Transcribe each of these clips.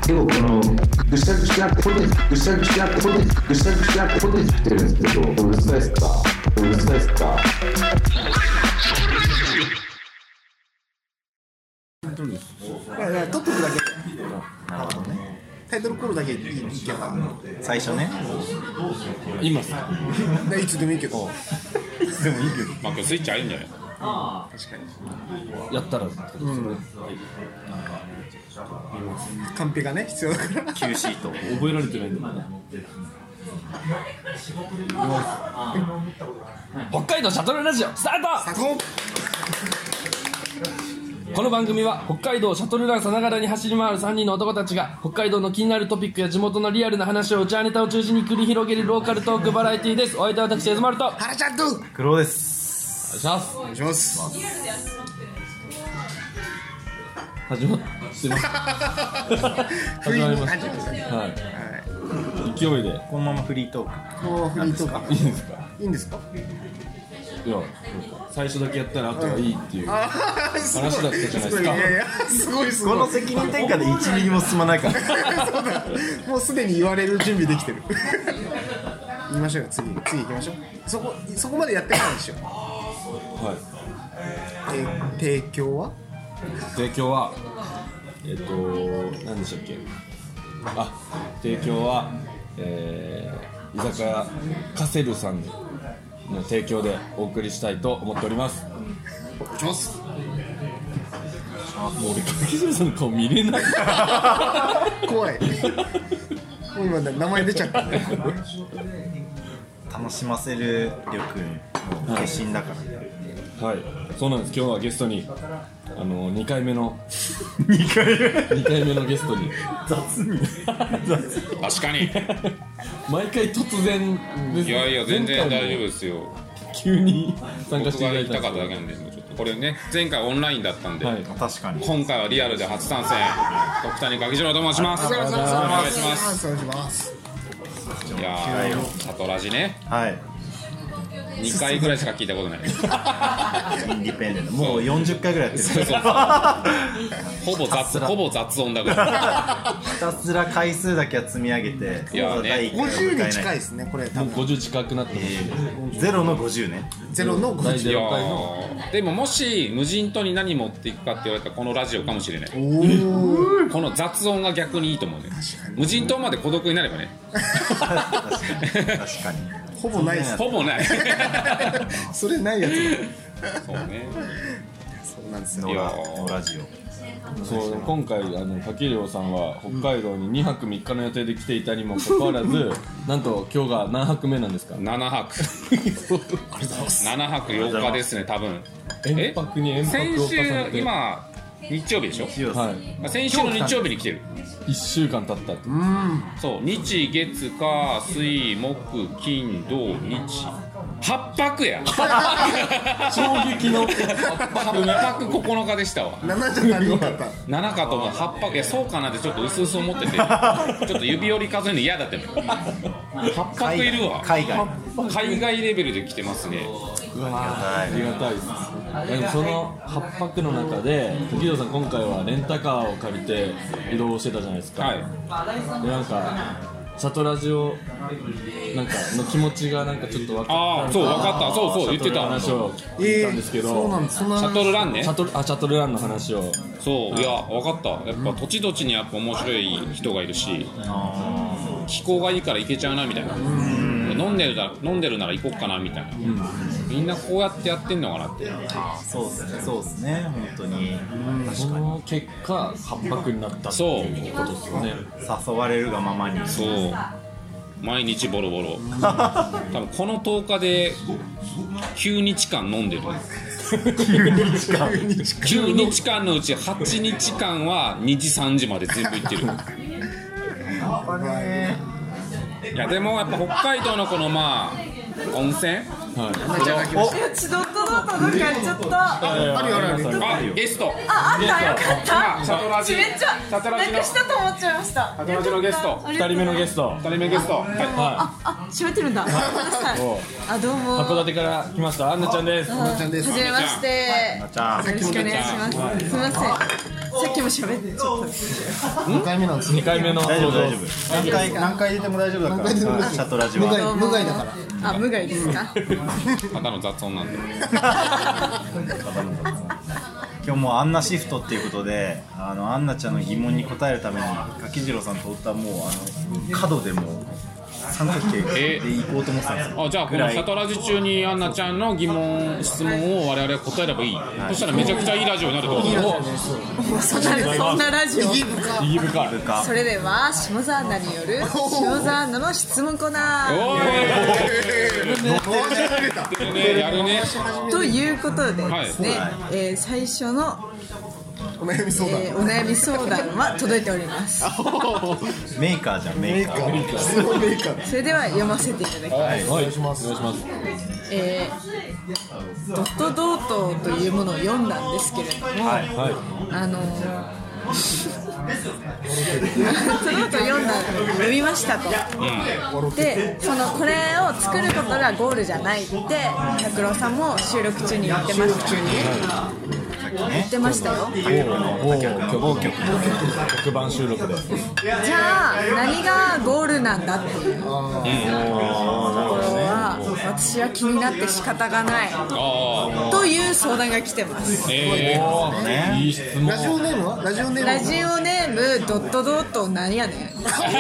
でもこのぐしゃぐしゃってこれでぐしゃぐしゃってこれでぐしゃぐしゃってこれでってるんですけど、うるさいっすかうるさいっすか。 いや撮っとくだけ。なるほどね。タイトルコールだけいいけば最初ね。 今さいつでもいいけど。 でもいいけど。 まあ今日スイッチあるんじゃない？ 確かに。 やったら、 カンペがね必要だから。 Q シート覚えられてないんだよね。北海道シャトルラジオスタート。この番組は北海道シャトルランさながらに走り回る3人の男たちが北海道の気になるトピックや地元のリアルな話をうちわネタを中心に繰り広げるローカルトークバラエティーです。お相手は私エズマルと原ちゃんと黒です。 お願いします。 お願いします。 始まってます始まりましたはい、勢いでこのままフリートーク。 もうフリートークいいんですか？ いいんですか？ いや、最初だけやったらあとはいいっていう話だったじゃないですか。 いやいやすごいすごい。 この責任転嫁で1ミリも進まないからそうだ。もうすでに言われる準備できてる。言いましょうよ。次行きましょう。そこまでやってないでしょ。 はい。 提供は何でしたっけ？提供は居酒屋カセルさんの提供でお送りしたいと思っております。 お願いします。 もう俺カセルさんの顔見れない。 怖い。もう今名前出ちゃったね。 楽しませる力の化身だからね。 はい、そうなんです。今日はゲストに2回目の 2回目のゲストに雑に確かに。 毎回突然です。 いやいや全然大丈夫ですよ。 急に参加していただいた僕が行きたかっただけなんで、ちょっとこれね前回オンラインだったんで、 はい、 確かに今回はリアルで初参戦。徳谷垣次郎と申します。お願いします。 お願いします。 いやーシャトラジね、 はい 2回ぐらいしか聞いたことない。 インディペンデントもう40回ぐらいやってる。 ほぼ雑音だからひたすら回数だけは積み上げて、 いやね 50に近いですねこれ多もう分。 50近くなってます。 ゼロの50ね。 ゼロの50。 第0 いや回のでももし無人島に何持っていくかって言われたらこのラジオかもしれない。 おお。 この雑音が逆にいいと思うね。無人島まで孤独になればね。 確かにほぼないです。 ほぼない。 それないやつ。 そうね。 そうなんですよ。 のラジオ。 そう今回柿亮さんは北海道に2泊3日の予定で来ていたにもかかわらず、なんと今日が何泊目なんですか ？7泊。7泊8日ですね多分。 延泊に延泊先を重ね週て今日曜日でしょ？ はい先週の日曜日に来てる。 1週間経ったって。 そう日月火水木金土日8泊や。 衝撃の 8泊9日でしたわ。 7じゃ足りなかった。 7かとも8泊いやそうかなってちょっと薄々思っててちょっと指折り数えるの嫌だって8泊いるわ。 海外レベルで来てますね。 うわありがたいです。でもその8泊の中で柿亮さん今回はレンタカーを借りて移動してたじゃないですか。 はい。 でなんかシャトラジオなんかの気持ちがなんかちょっと分かった。 ああそう分かった。そう言ってた。 話を聞いたんですけど、 そうなんです。そんなシャトルランね。 シャトルランの話を。 そういや分かった。やっぱ土地土地にやっぱ面白い人がいるし、気候がいいから行けちゃうなみたいな。飲んでるなら行こうかなみたいな。みんなこうやってやってんのかなって。 そうですね本当に。 その結果8泊になったっていうことですよね。 誘われるがままに。 そう毎日ボロボロ。多分この10日で9日間飲んでる。9日間のうち8日間は2時3時まで全部行ってる。いやでもやっぱ北海道のこの温泉、 ちどっとどっとどっかやっちゃった。 ゲストあったよかった。 シャトラジめっちゃなくしたと思っちゃいました。 シャトラジのゲスト 2人目のゲスト。 閉めてるんだ。ごめんなさい。どうも函館から来ましたアンナちゃんです。 はじめまして。 じゃあよろしくお願いします。すみません。 さっきも喋ってちょっと 2回目なんですよ。 2回目の大丈夫登場大丈夫。何回出ても大丈夫だから。 何回出ても大丈夫シャトラジは。 無害だから。 あ、無害ですか。 ただの雑音なんで。 今日もアンナシフトっていうことで、アンナちゃんの疑問に答えるために柿次郎さんとったもう角でもう三角形で行こうと思ってたんですよ。 あ、じゃあこのシャトラジ中にアンナちゃんの疑問質問を我々が答えればいい、そしたらめちゃくちゃいいラジオになるってことですそんなラジオ。 意義深いそれでは下座アナによる下座アナの質問コーナーおーいやるね。 ということでですね、最初のお悩み相談。 お悩み相談は届いております。 メーカーじゃん、メーカー。 すごいメーカー。 それでは読ませていただきます。 はい、お願いします。 ドットドートというものを読んだんですけれども、 はい。 その後読みましたと、でこれを作ることがゴールじゃないって拓郎さんも収録中に言ってましたよね。言ってましたよ。 某局特番収録で。 じゃあ何がゴールなんだっていうところは私は気になって仕方がないという相談が来てます。 いい質問。 ラジオネームは？ラジオネーム。 ラジオネームドットドット何やねん。 売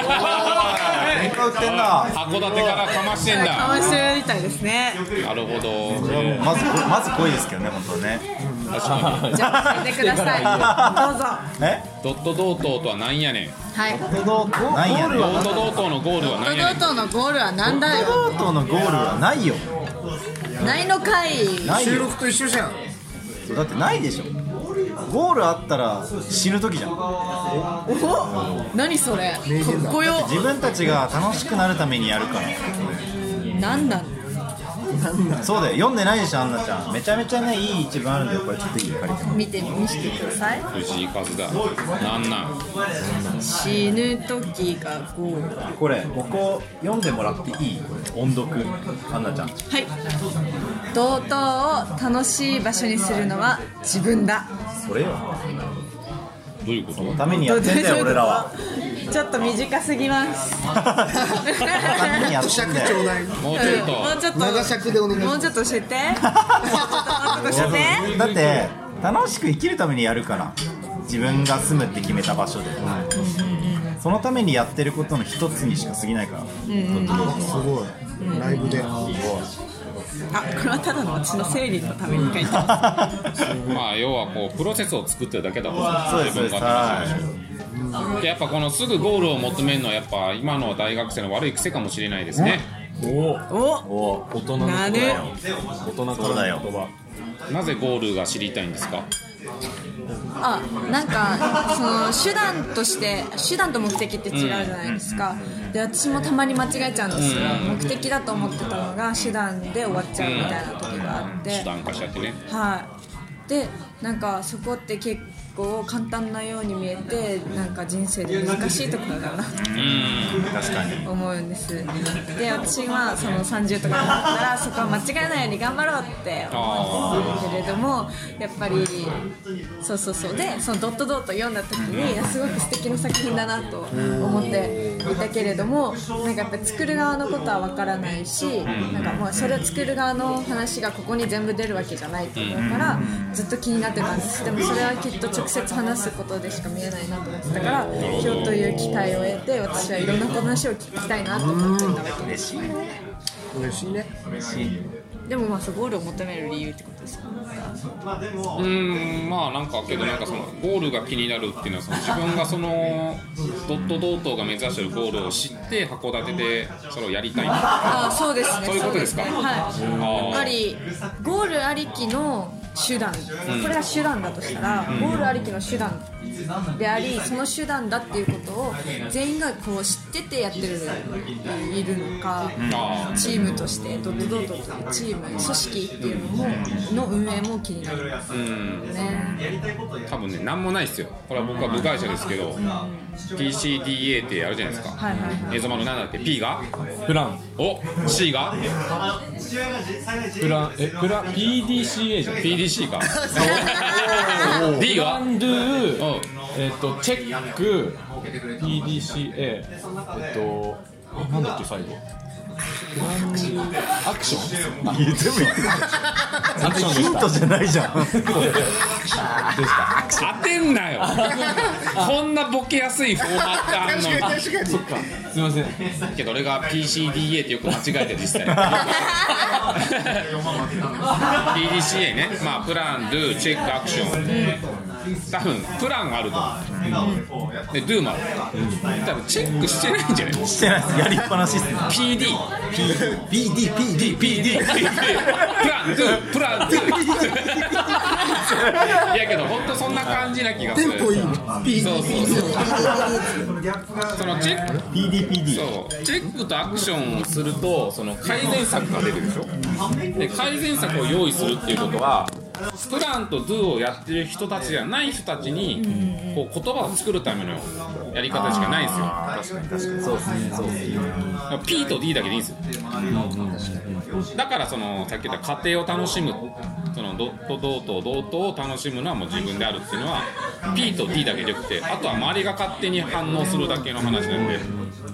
ってんな。 函館からかましてんかだ。 ましてるみたいですね。 なるほど。 まず濃いですけどね、本当ね。 じゃあ教えてください。どうぞ。 ドットドートとは何やねん。 はい。 なんやねん。 ドットドートのゴールはドッ何やねん。 トドートのゴールは何だよ。 ドットのゴールはないよ。 ないのかい。 ないよ。 収録と一緒じゃん。 だってないでしょ。ゴールあったら死ぬ時じゃん。 お、何それ。かっこよ。 自分たちが楽しくなるためにやるから。 なんなん。 そうだよ、読んでないでしょ、アンナちゃん。めちゃめちゃね、いい一文あるんだよ。これちょっといい借りても。 見せてください。 藤井風だ。なんなん。 死ぬ時がゴール。 これ、ここ読んでもらっていい？音読、アンナちゃん。 はい。道東を楽しい場所にするのは自分だ。 それよ。 どういうこと？ ためにやってんだよ、俺らは。 ちょっと短すぎます。 ためにやって尺んだよ。 ちょうだい。 もうちょっと。 もうちょっと長尺でお願いします。 もうちょっと教えて。もうちょっと教えて。 だって楽しく生きるためにやるから、自分が住むって決めた場所で、そのためにやってることの一つにしか過ぎないから。 すごい。ライブで。 あ、これはただの私の整理のために書いてままあ要はこうプロセスを作ってるだけだもん。 そうですそうです。 でやっぱこのすぐゴールを求めるのはやっぱ今の大学生の悪い癖かもしれないですね。 お、 大人のなる。 大人からの言葉。 なぜゴールが知りたいんですか？ あ、なんかその手段として手段と目的って違うじゃないですか。で私もたまに間違えちゃうんですよ。目的だと思ってたのが手段で終わっちゃうみたいな時があって。 手段化しちゃってね。 はい。でなんかそこって結構簡単なように見えてなんか人生で難しいところだなって確かに。 思うんです。で私はその30とかになったらそこは間違えないように頑張ろうって思うんですけれども、やっぱりそうでそのドットドート読んだ時にすごく素敵な作品だなと思っていたけれども、なんかやっぱ作る側のことは分からないし、なんかもうそれを作る側の話がここに全部出るわけじゃないと思うからずっと気になってたんです。でもそれはきっと直接話すことでしか見えないなと思ってたから、今日という機会を得て私はいろんな話を聞きたいなと思ってたわけです。 嬉しいね。 でもまあそうゴールを求める理由ってことですか？ まあなんかけどなんかそのゴールが気になるっていうのはその自分がそのドットドートが目指してるゴールを知って函館でそれをやりたい。 あ、そうですね。 そういうことですか？ はい。やっぱりゴールありきの手段、これが手段だとしたら、ゴールありきの手段でありその手段だっていうことを全員がこう知っててやってるいるのか、チームとしてドットドートというチーム組織っていうの運営も気になるね。 多分ね何もないですよ。これは僕は部外者ですけど、PCDA ってあるじゃないですか。 はいはいはい。 映像の何だっけ？ P がプラン。 お C がプラン PDCA じゃん。 PDCA PDC かD はプランドゥチェック PDCA なんだっけ最後プランドゥアクション全部言ってるアクションでヒントじゃないじゃん当てんなよこんなボケやすいフォーマットあんのに確かにすいませんけど俺が PCDA ってよく間違えて実際PDCA ね、まあプラン、ドゥ、チェック、アクション多分プランがあると思う、で、ドゥもある、多分チェックしてないんじゃない？ してないですやりっぱなしっすね PD PD プラン、ドゥ、プラン、ドゥいやけど本当そんな感じな気がする。 テンポいいね。 そうそのチェック PD そうチェックとアクションをするとその改善策が出るでしょ。で改善策を用意するっていうことはプランとドゥをやってる人たちじゃない人たちにこう言葉を作るためのやり方しかないんですよ。 確かにそうですねそうですね P と D だけでいいんですよ。だからそのさっき言った過程を楽しむそのドットドートドートを楽しむのはもう自分であるっていうのは P と D だけでよくてあとは周りが勝手に反応するだけの話なんで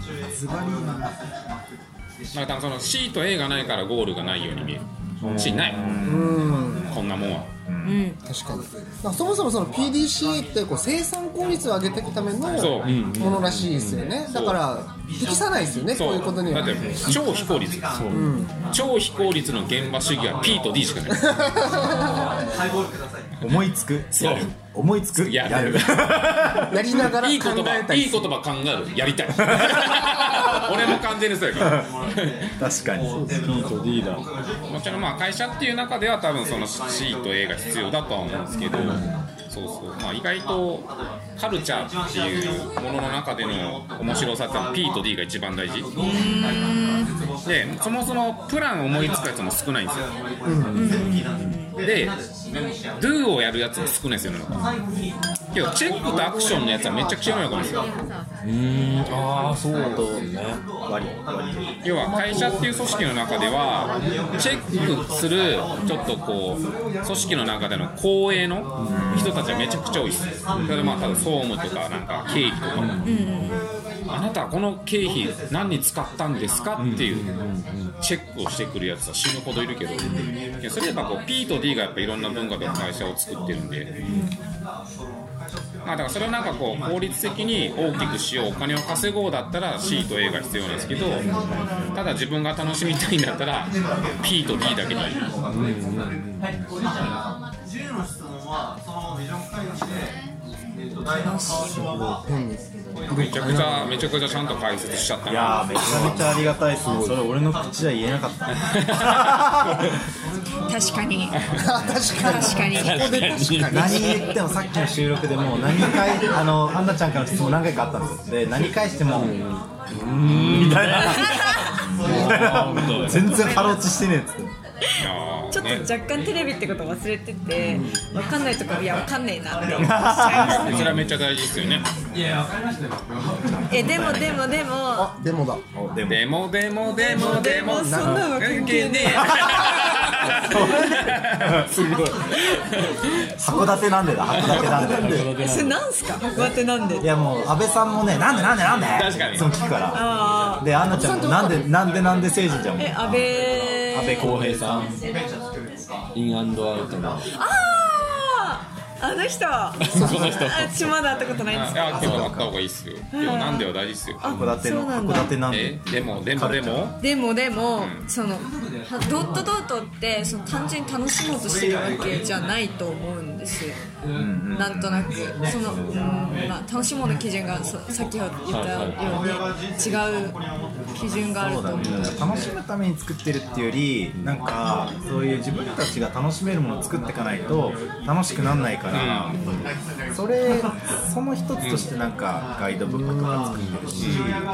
だからその C と A がないからゴールがないように見える。C ないこんなもんは。 確かに。そもそもその PDCA ってこう生産効率を上げていくためのそうものらしいですよね。だから適さないですよね。こういうことには。 だって超非効率超非効率の現場主義は P と D しかない思いつくそう思いつくやるやりながら考いい言葉えたりいい言葉考えるやりたい俺も完全にそうやから確かに P と D だもちろんまあ会社っていう中では多分その C と A が必要だとは思うんですけどそうそうまあ意外とカルチャーっていうものの中での面白さってのは P と D が一番大事でそもそもプラン思いつくやつも少ないんですよで Do をやるやつも少ないですよねけどチェックとアクションのやつはめちゃくちゃ良いわけですよああそうだね要は会社っていう組織の中ではチェックするちょっとこう組織の中での公営の人たちはめちゃくちゃ多いですそれでまあ多分総務とかなんか経費とかあなたはこの経費何に使ったんですかっていうチェックをしてくるやつは死ぬほどいるけどそれやっぱこう P と D がやっぱいろんな文化で会社を作ってるんでまあだからそれをなんかこう効率的に大きくしようお金を稼ごうだったら C と A が必要なんですけどただ自分が楽しみたいんだったら P と D だけでいいめちゃくちゃちゃんと解説しちゃったないやめちゃめちゃありがたいですねそれ俺の口じゃ言えなかった確かに何言ってもさっきの収録でもう何回アンナちゃんからの質問何回かあったんですよで何返してもみたいな全然腹落ちしてねえっつってちょっと若干テレビってこと忘れてて分かんないとこいや分かんねえなって思っちゃいますそれはめっちゃ大事ですよねでもデモだ。 でもそんなの関係ねすごい函館なんでだ函館なんでえそれなんすか函館なんでいやもう安倍さんもねなんで確かにいつも聞くからあでアンナちゃんもなんで星人ちゃんも安倍浩平さんインアンドアウトのあの人この人私まだ会ったことないんですいやけどあった方がいいっすよでもなんでは大事っすよ函館のそうなんだ函館なんででもそのドットドットってその単純に楽しもうとしてるわけじゃないと思うんですよなんとなくその、まあ、楽しもうの基準がさっき言ったように違う基準があると思う楽しむために作ってるっていうよりなんかそういう自分たちが楽しめるものを作っていかないと楽しくならないからその一つとしてなんかガイドブックとか作ってるし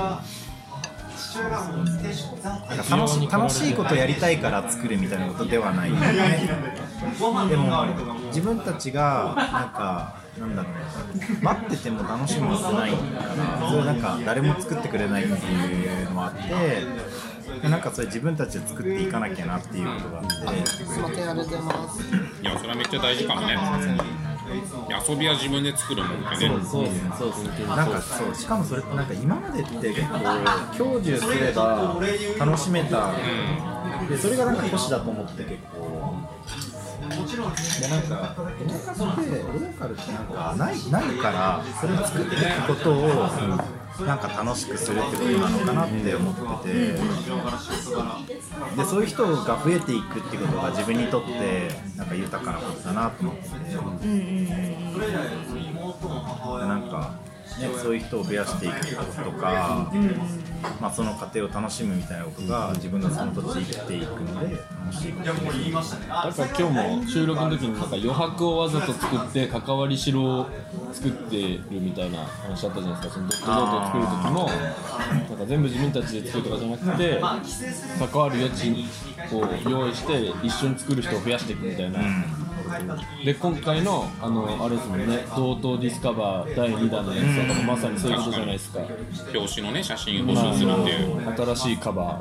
楽しいことやりたいから作るみたいなことではないでも自分たちがなんかなんだろう待ってても楽しむことないからそれなんか誰も作ってくれないっていうのもあってなんかそれ自分たちで作っていかなきゃなっていうことがあって、 すいません、ありがとうございます。 いやそれはめっちゃ大事かもね。遊びは自分で作るもんだね。 そうなんかそうしかもそれってなんか今までって結構享受すれば楽しめた、でそれがなんか都市だと思って結構でなんかローカルってなんかないからそれを作っていくことをなんか楽しくするってことなのかなって思ってて、でそういう人が増えていくってことが自分にとってなんか豊かなことだなと思ってて、でなんかね、そういう人を増やしていくこととか、まあ、その過程を楽しむみたいなことが自分のその土地生きていくので楽しいことです。 だから今日も収録の時になんか余白をわざと作って関わりしろを作ってるみたいな話あったじゃないですか。そのドットノートを作る時もなんか全部自分たちで作るとかじゃなくて関わる余地を用意して一緒に作る人を増やしていくみたいな、で今回のあれですもんね、道東ディスカバー第2弾のやつとかもまさにそういうことじゃないですか。 表紙のね写真を募集するっていう、 新しいカバ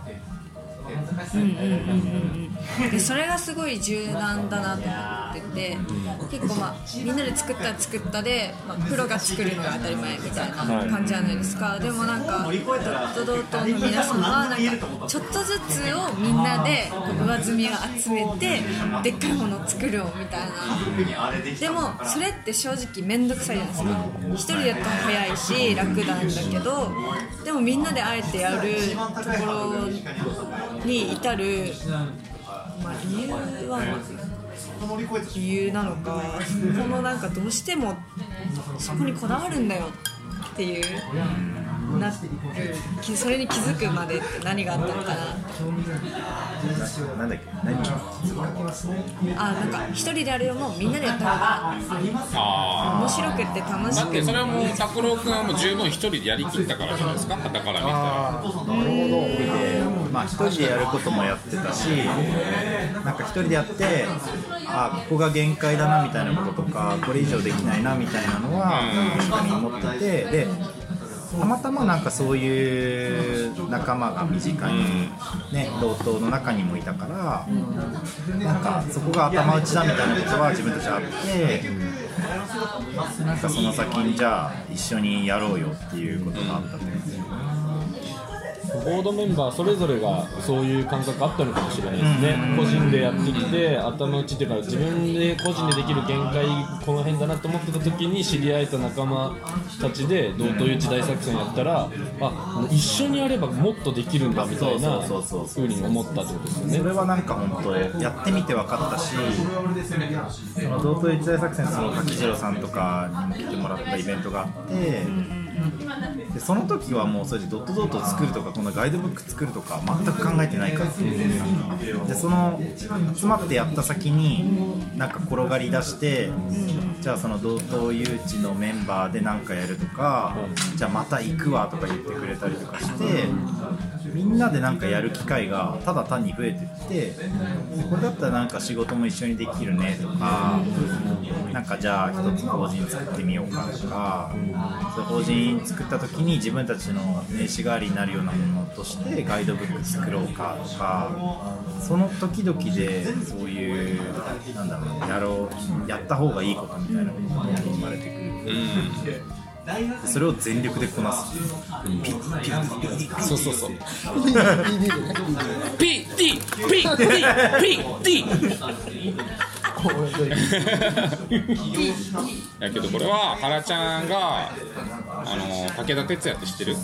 ー、でそれがすごい柔軟だなと思ってて、結構まあみんなで作ったで、まあ、プロが作るのが当たり前みたいな感じじゃないですか。でもなんかドットドートの皆さんはなんかちょっとずつをみんなで上積みを集めてでっかいものを作ろうみたいな。でもそれって正直めんどくさいじゃないですか。一人でやったら早いし楽なんだけど、でもみんなであえてやるところに至る、まあ、理由なのか、このなんかどうしてもそこにこだわるんだよっていうなる、それに気づくまでって何があったのかな。 なんだっけ、何なんか一人でやるよりもみんなでやった方が面白くって楽しくて、 だってそれはもう拓郎君はもう十分一人でやりきったからじゃないですか、傍から見たら。 なるほど。まあ一人でやることもやってたし、なんか一人でやってここが限界だなみたいなこととか、これ以上できないなみたいなのは確かに思ってて、でたまたまなんかそういう仲間が身近にね、同等の中にもいたから、なんかそこが頭打ちだみたいなことは自分たちあって、なんかその先にじゃあ一緒にやろうよっていうことがあったと思うんですよ。 ボードメンバーそれぞれがそういう感覚あったのかもしれないですね。個人でやってきて頭打ちっていうか自分で個人でできる限界この辺だなと思ってた時に知り合えた仲間たちで道東誘致大作戦やったら一緒にやればもっとできるんだみたいな風に思ったってことですよね。 それはなんか本当やってみて分かったし、その道東誘致大作戦その柿次郎さんとかにも来てもらったイベントがあって、でその時はもうそれでドットドートを作るとかこのガイドブック作るとか全く考えてないから、でその集まってやった先になんか転がり出して、じゃあその道東誘致のメンバーで何かやるとか、じゃあまた行くわとか言ってくれたりとかして、みんなでなんかやる機会がただ単に増えていって、これだったらなんか仕事も一緒にできるねとか、なんかじゃあ一つ法人作ってみようかとか、その法人作った時に自分たちの名刺代わりになるようなものとしてガイドブック作ろうかとか、その時々でそういうなんだろう、やった方がいいことみたいなことが生まれてくる。それを全力でこなす。 そうそうそう。だけどこれは原ちゃんが武田鉄矢って知ってる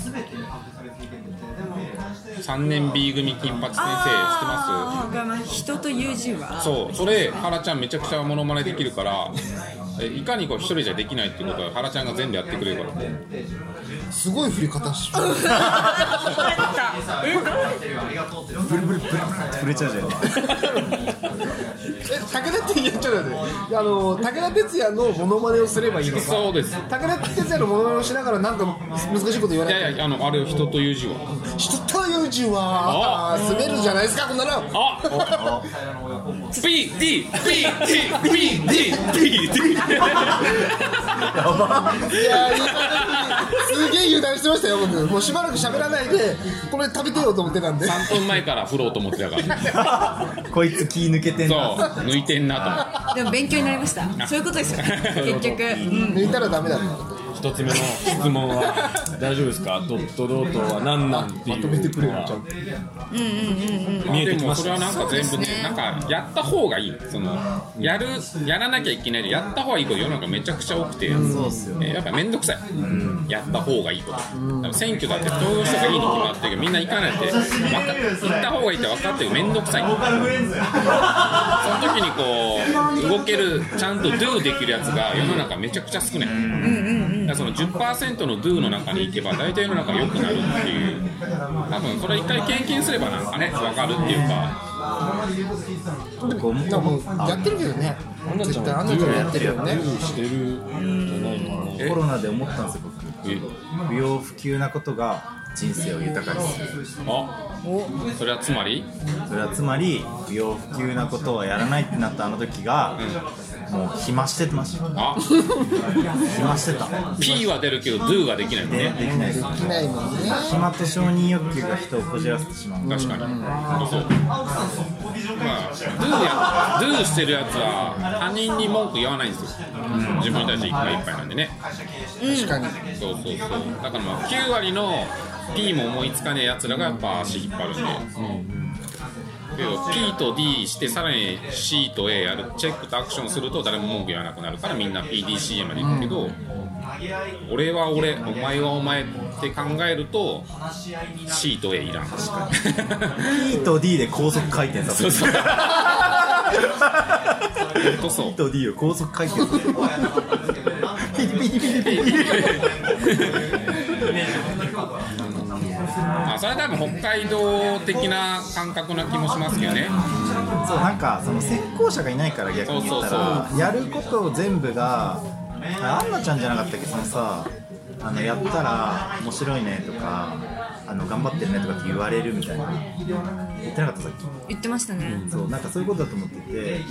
？3年 B 組金八先生知ってます？ 人という字はそう、それ原ちゃんめちゃくちゃモノマネできるから、いかにこう一人じゃできないっていうことは原ちゃんが全部やってくれるから。 すごい振り方しブルブル触れちゃうじゃん。 武田って言っちゃうよね。武田鉄矢のモノマネをすればいいのか。 そうです。 武田鉄矢のモノマネをしながらなんか難しいこと言わない。 いやいや、あれ人という字は人という字は滑るじゃないですか、こんなの。 PDPDPDPD いや、すげえ言油断してましたよ僕。もうしばらく喋らないでこれ食べてようと思ってたんで。 3分前から振ろうと思ってたからこいつ気抜けてんそうな抜いてんなと思ってでも勉強になりました。そういうことですよね結局。 抜いたらダメだった。 一つ目の質問は大丈夫ですか、ドットドットは何なんっていうのが見えてきました。 でもそれはなんか全部ね、なんかやった方がいい、そのやらなきゃいけないでやった方がいいこと世の中めちゃくちゃ多くて、 そうっすよやっぱめんどくさい、やった方がいいこと。選挙だって投票した方がいいに決まってるけどみんな行かないで行った方がいいって分かってるけどめんどくさい。その時にこう動けるちゃんと do できるやつが世の中めちゃくちゃ少ない。だからその 10% の do の中に行けば大体世の中良くなるっていう、多分それ一回経験すればなんかね分かるっていうか。 でもやってるけどね。 アンナちゃんは絶対アンナちゃんやってるよね。 してるんじゃないのかな。 コロナで思ったんですよ僕。不要不急なことが人生を豊かにする。 それはつまり不要不急なことをやらないってなったあの時が、もう暇してました。暇してた。 P は出るけど do ができないもんね。 できないです。 できないもんね。 暇と承認欲求が人をこじらせてしまう。 確かに、そうまあ do してるやつは他人に文句言わないんですよ、自分たちいっぱいいっぱいなんでね。 確かに。 そうだからもう9割の P も思いつかねえやつらがやっぱ足引っ張るんで、けど P と D してさらに C と A やるチェックとアクションすると誰も文句言わなくなるからみんな PDCA まで行くけど、俺は俺お前はお前って考えると C と A いらん。確かに P と D で高速回転させる。 そうそう P と D を高速回転させる。 それは多分北海道的な感覚な気もしますけどね。 そうなんかその先行者がいないから逆に言ったらやることを全部がアンナちゃんじゃなかったっけ、そのさやったら面白いねとか頑張ってるねとかって言われるみたいな言ってなかったさっき。 言ってましたね。 そうなんかそういうことだと思ってて、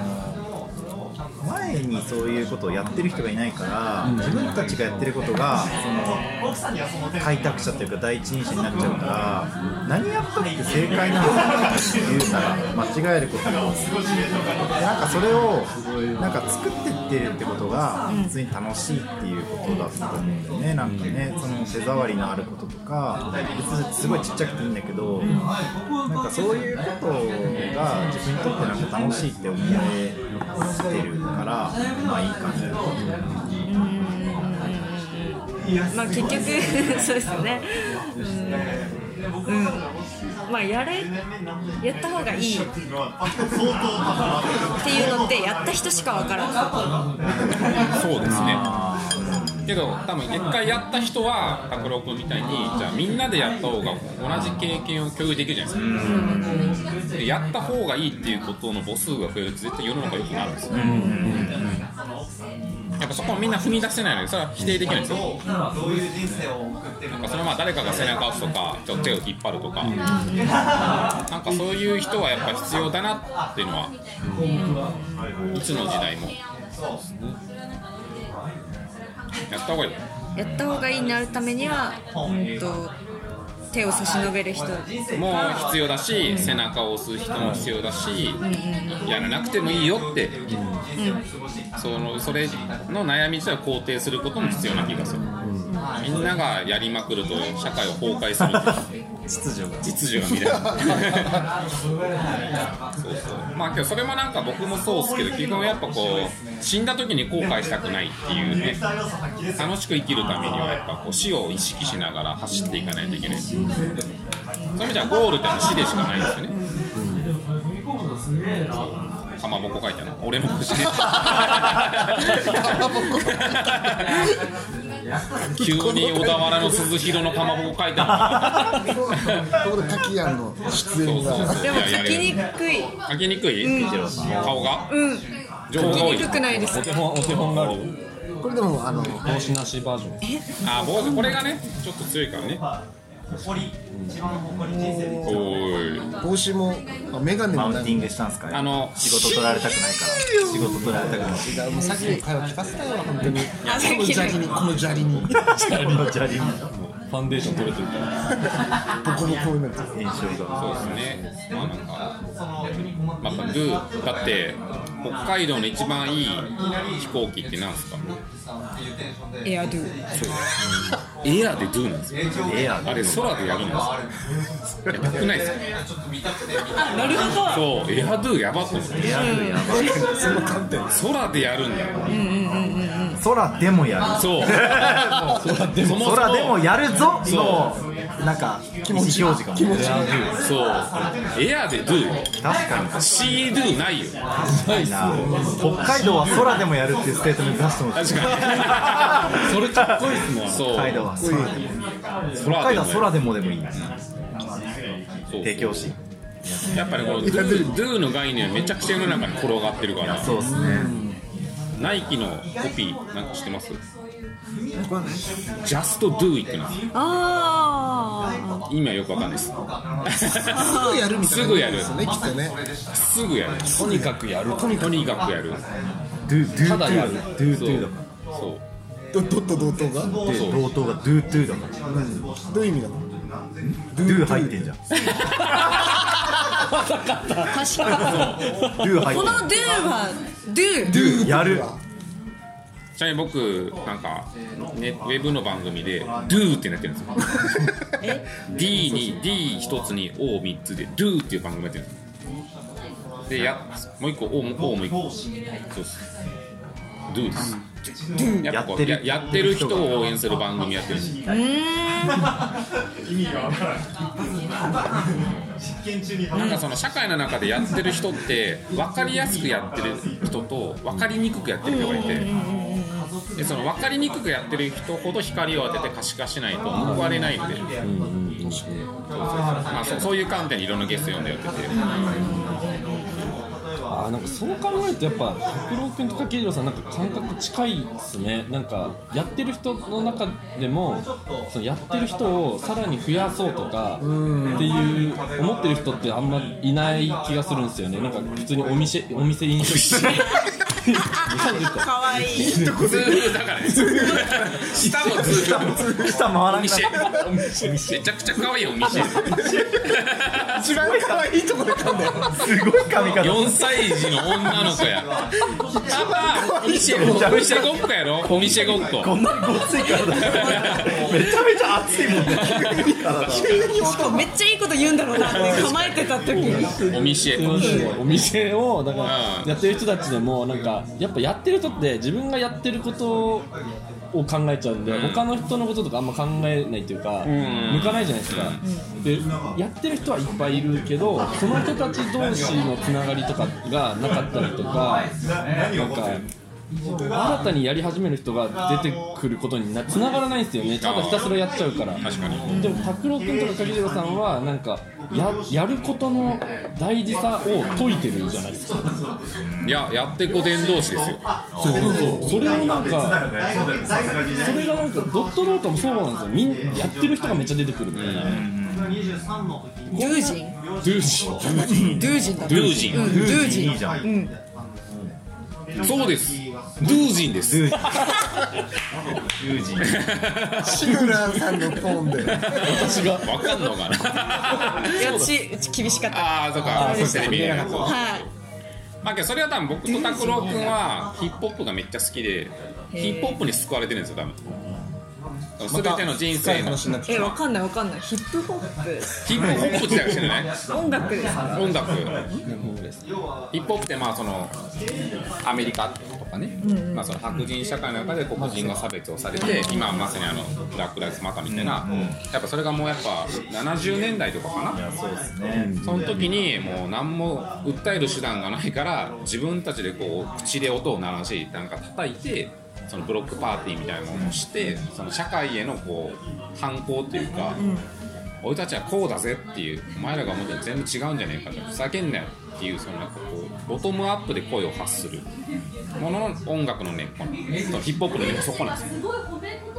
前にそういうことをやってる人がいないから、自分たちがやってることがその開拓者というか第一人者になっちゃうから、何やったって正解なのかって言うたら間違えることが多い。なんかそれをなんか作ってってるってことが普通に楽しいっていうことだと思うんだよね。なんかね、その手触りのあることとか別にすごいちっちゃくていいんだけど、なんかそういうことが自分にとってなんか楽しいって思えてるから、まあいい感じだと思う。 まあ結局そうですよね。まあやった方がいいっていうのってやった人しか分からない。 そうですね。けど多分一回やった人は拓郎君みたいにじゃあみんなでやった方が同じ経験を共有できるじゃないですか。でやった方がいいっていうことの母数が増えると絶対世の中良くなるんですよ。やっぱそこはみんな踏み出せないのでそれは否定できないんですよ。なんかそれはまあ誰かが背中を押すとかちょっと手を引っ張るとか、なんかそういう人はやっぱ必要だなっていうのはいつの時代もやった方がいい。 やった方がいいになるためには手を差し伸べる人も必要だし、背中を押す人も必要だし、やらなくてもいいよって、それの悩み自体を肯定することも必要な気がする。みんながやりまくると社会を崩壊するっていう秩序が見れる。そうまあけどそれもなんか僕もそうですけど、基本やっぱこう死んだ時に後悔したくないっていうね、楽しく生きるためにはやっぱこう死を意識しながら走っていかないといけない。そういう意味じゃゴールってのは死でしかないんですよね。かまぼこ書いてあるの俺の口で急に小田原の鈴廣のかまぼこ書いてあるここで滝やんの出演がでも書きにくい、 顔が書きにくくないですか。 お手本があるよ。 これでも帽子なしバージョン。 帽子これがねちょっと強いからね。 帽子もメガネもない。 マウンティングしたんすか？仕事取られたくないから仕事取られたくない。 もうさっきの会話聞かせたよ本当に。 あ、さっきのこの砂利に砂利の砂利にファンデーション取れてるからボコボコになってる。 印象がそうですね。まあなんか、まあ、ドゥだって北海道の一番いい飛行機ってなんですか？ エアドゥ。 エアでドゥなんですよ。 エアあれ空でやるんですよ。やばくないですか？ あ、なるほど。 そう、エアドゥやばくないですか？ エアドゥやばい。 その観点。 空でやるんだよ。 空でもやる。 そう。そもそも空でもやるぞそのなんか意思表示かも。 そう。エアでドゥよ。 確かにシードゥないよ。 ないな。北海道は空でもやるっていうステートメント出してます。 確かに。 それかっこいいっすね。 そう。 北海道は空でも。北海道は空でもでもいい。 そう提供し。 やっぱりこのドゥの概念はめちゃくちゃ世の中に転がってるから。 そうですね。 ナイキのコピーなんか知ってます？Just do it なんですよ。 あ意味はよくわかんないです。 すぐやるみたいな。 すぐやる。 ですよねきっとね。 すぐやる。 とにかくやる。 とにかくやる。 ただやる。 ドゥトゥだかそう。 ドット同等がどら。同等がドゥトゥだから。 ういう意味なの？ ドゥ入ってんじゃん。 確かに。 ドゥ入ってこのドゥはドゥ。 る。やる。 ちなみに僕なんか、ね、ウェブの番組で Do ってなってるんですよ。D に D 一つに O 三つで Do っていう番組やってるんですよ。でもう一個 O もう一個。そうです。Do です。やっぱこうやってる人を応援する番組やってるんですよ。なんかその社会の中でやってる人って分かりやすくやってる人と分かりにくくやってる人がいて、でその分かりにくくやってる人ほど光を当てて可視化しないと報われないので、まあそういう観点にいろんなゲスト呼んでやってて。 なんかそう考えるとやっぱ拓郎君とか桐野さんなんか感覚近いですね。なんかやってる人の中でもそのやってる人をさらに増やそうとかっていう思ってる人ってあんまいない気がするんですよね。なんか普通にお店飲食かわいい。 ズーだからね。下もズー。 下回らない。 めちゃくちゃ可愛いお店。 一番可愛いところで噛んだよ。 すごい髪型。 4歳児の女の子や。パパ、お店ごっこやろ。お店ごっこ。 こんなにごっつい体。めちゃめちゃ熱いもんね。 しかもめっちゃいいこと言うんだろうなって構えてた時に。 お店。 お店をだからやってる人たちでもなんかやっぱやってる人って自分がやってることを考えちゃうんで、他の人のこととかあんま考えないっていうか、向かないじゃないですか。でやってる人はいっぱいいるけど、その人たち同士のつながりとかがなかったりとか、なんか新たにやり始める人が出てくることにつながらないんですよね。ただひたすらやっちゃうから。 確かに。 でも拓郎君とか柿次郎さんはなんかやることの大事さを説いてるじゃないですか。 いや、やってこ伝道師ですよ。 それをなんかそれがなんかドットノートもそうなんですよ。やってる人がめっちゃ出てくるみたいな。 ドゥージン。 ドゥージン。 ドゥージンだ。 ドゥージン。 ドゥージン。 いいじゃん。 そうです。ドゥージンです。 ユージン。 志村さんのトーンで。 私がわかんのかな。 いや、うち厳しかった。 ああ、そうか。テレビで。 はい。 まあけどそれは多分僕と拓郎君はヒップホップがめっちゃ好きで、ヒップホップに救われてるんですよ多分。全ての人生のわかんない。ヒップホップ。 ヒップホップ自体がしてない。 音楽ですか。 音楽。ヒップホップってまあそのアメリカとかね、まあその白人社会の中で黒人が差別をされて、今まさにブラックライブマターみたいな、やっぱそれがもうやっぱ70年代とかかな。 そうですね。 その時にもう何も訴える手段がないから自分たちでこう口で音を鳴らしなんか叩いて。そのブロックパーティーみたいなものをしてその社会へのこう反抗というか、俺たちはこうだぜっていうお前らが思ってる全部違うんじゃねえかとふざけんなよっていうそのなんかこうボトムアップで声を発するものの音楽の根っこそのヒップホップの根っこそこなんですよ。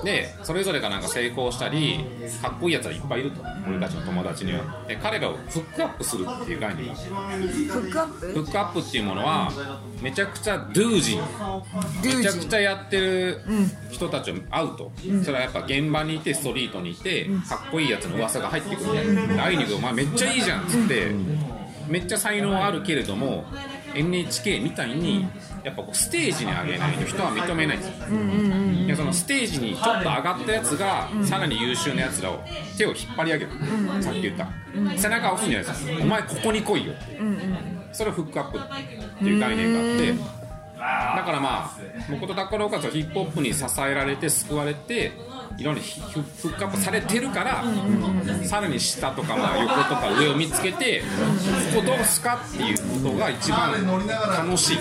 でそれぞれがなんか成功したりかっこいいやつはいっぱいいると、俺たちの友達には。で彼らをフックアップするっていう概念がある。 フックアップフックアップっていうものはめちゃくちゃドゥージーめちゃくちゃやってる人たちを会うと、それはやっぱ現場にいてストリートにいてかっこいいやつの噂が入ってくる、会いに行く、お前めっちゃいいじゃんっつって、めっちゃ才能あるけれども NHK みたいにやっぱこうステージに上げないと人は認めないんですよ。でそのステージにちょっと上がったやつがさらに優秀なやつらを手を引っ張り上げる、さっき言った背中を押すんじゃないですか、お前ここに来いよって、それをフックアップっていう概念があって、だからまあ僕とタッカルオカズはヒップホップに支えられて救われていろんなフックアップされてるから、さらに下とかまあ横とか上を見つけてここどうすかっていうことが一番楽しい。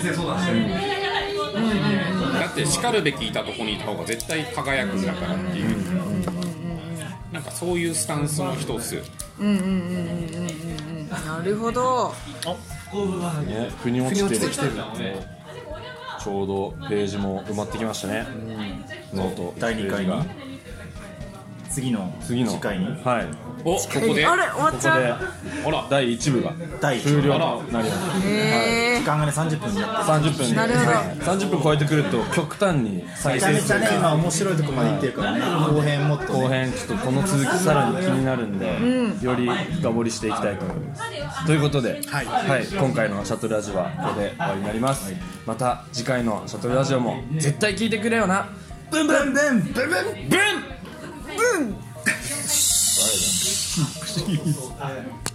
だって叱るべきいたとこにいた方が絶対輝くんだからっていう、なんかそういうスタンスの人ですよ。 なるほど。 ね、腑に落ちてきてるちょうどページも埋まってきましたね、ノート第2回が次の次回に、 はい、 おここであれ終わっちゃう。 ほら第1部が終了となります。 時間がね30分になって 30分になるほど 30分超えてくると極端に再生数めちゃめちゃね今面白いとこまでいってるからね、後編もっとね後編ちょっとこの続きさらに気になるんで、より深掘りしていきたいと思います。ということで、はい今回のシャトルラジオはここで終わりになります。また次回のシャトルラジオも絶対聞いてくれよな。 ブンブンブンブンブンブンうん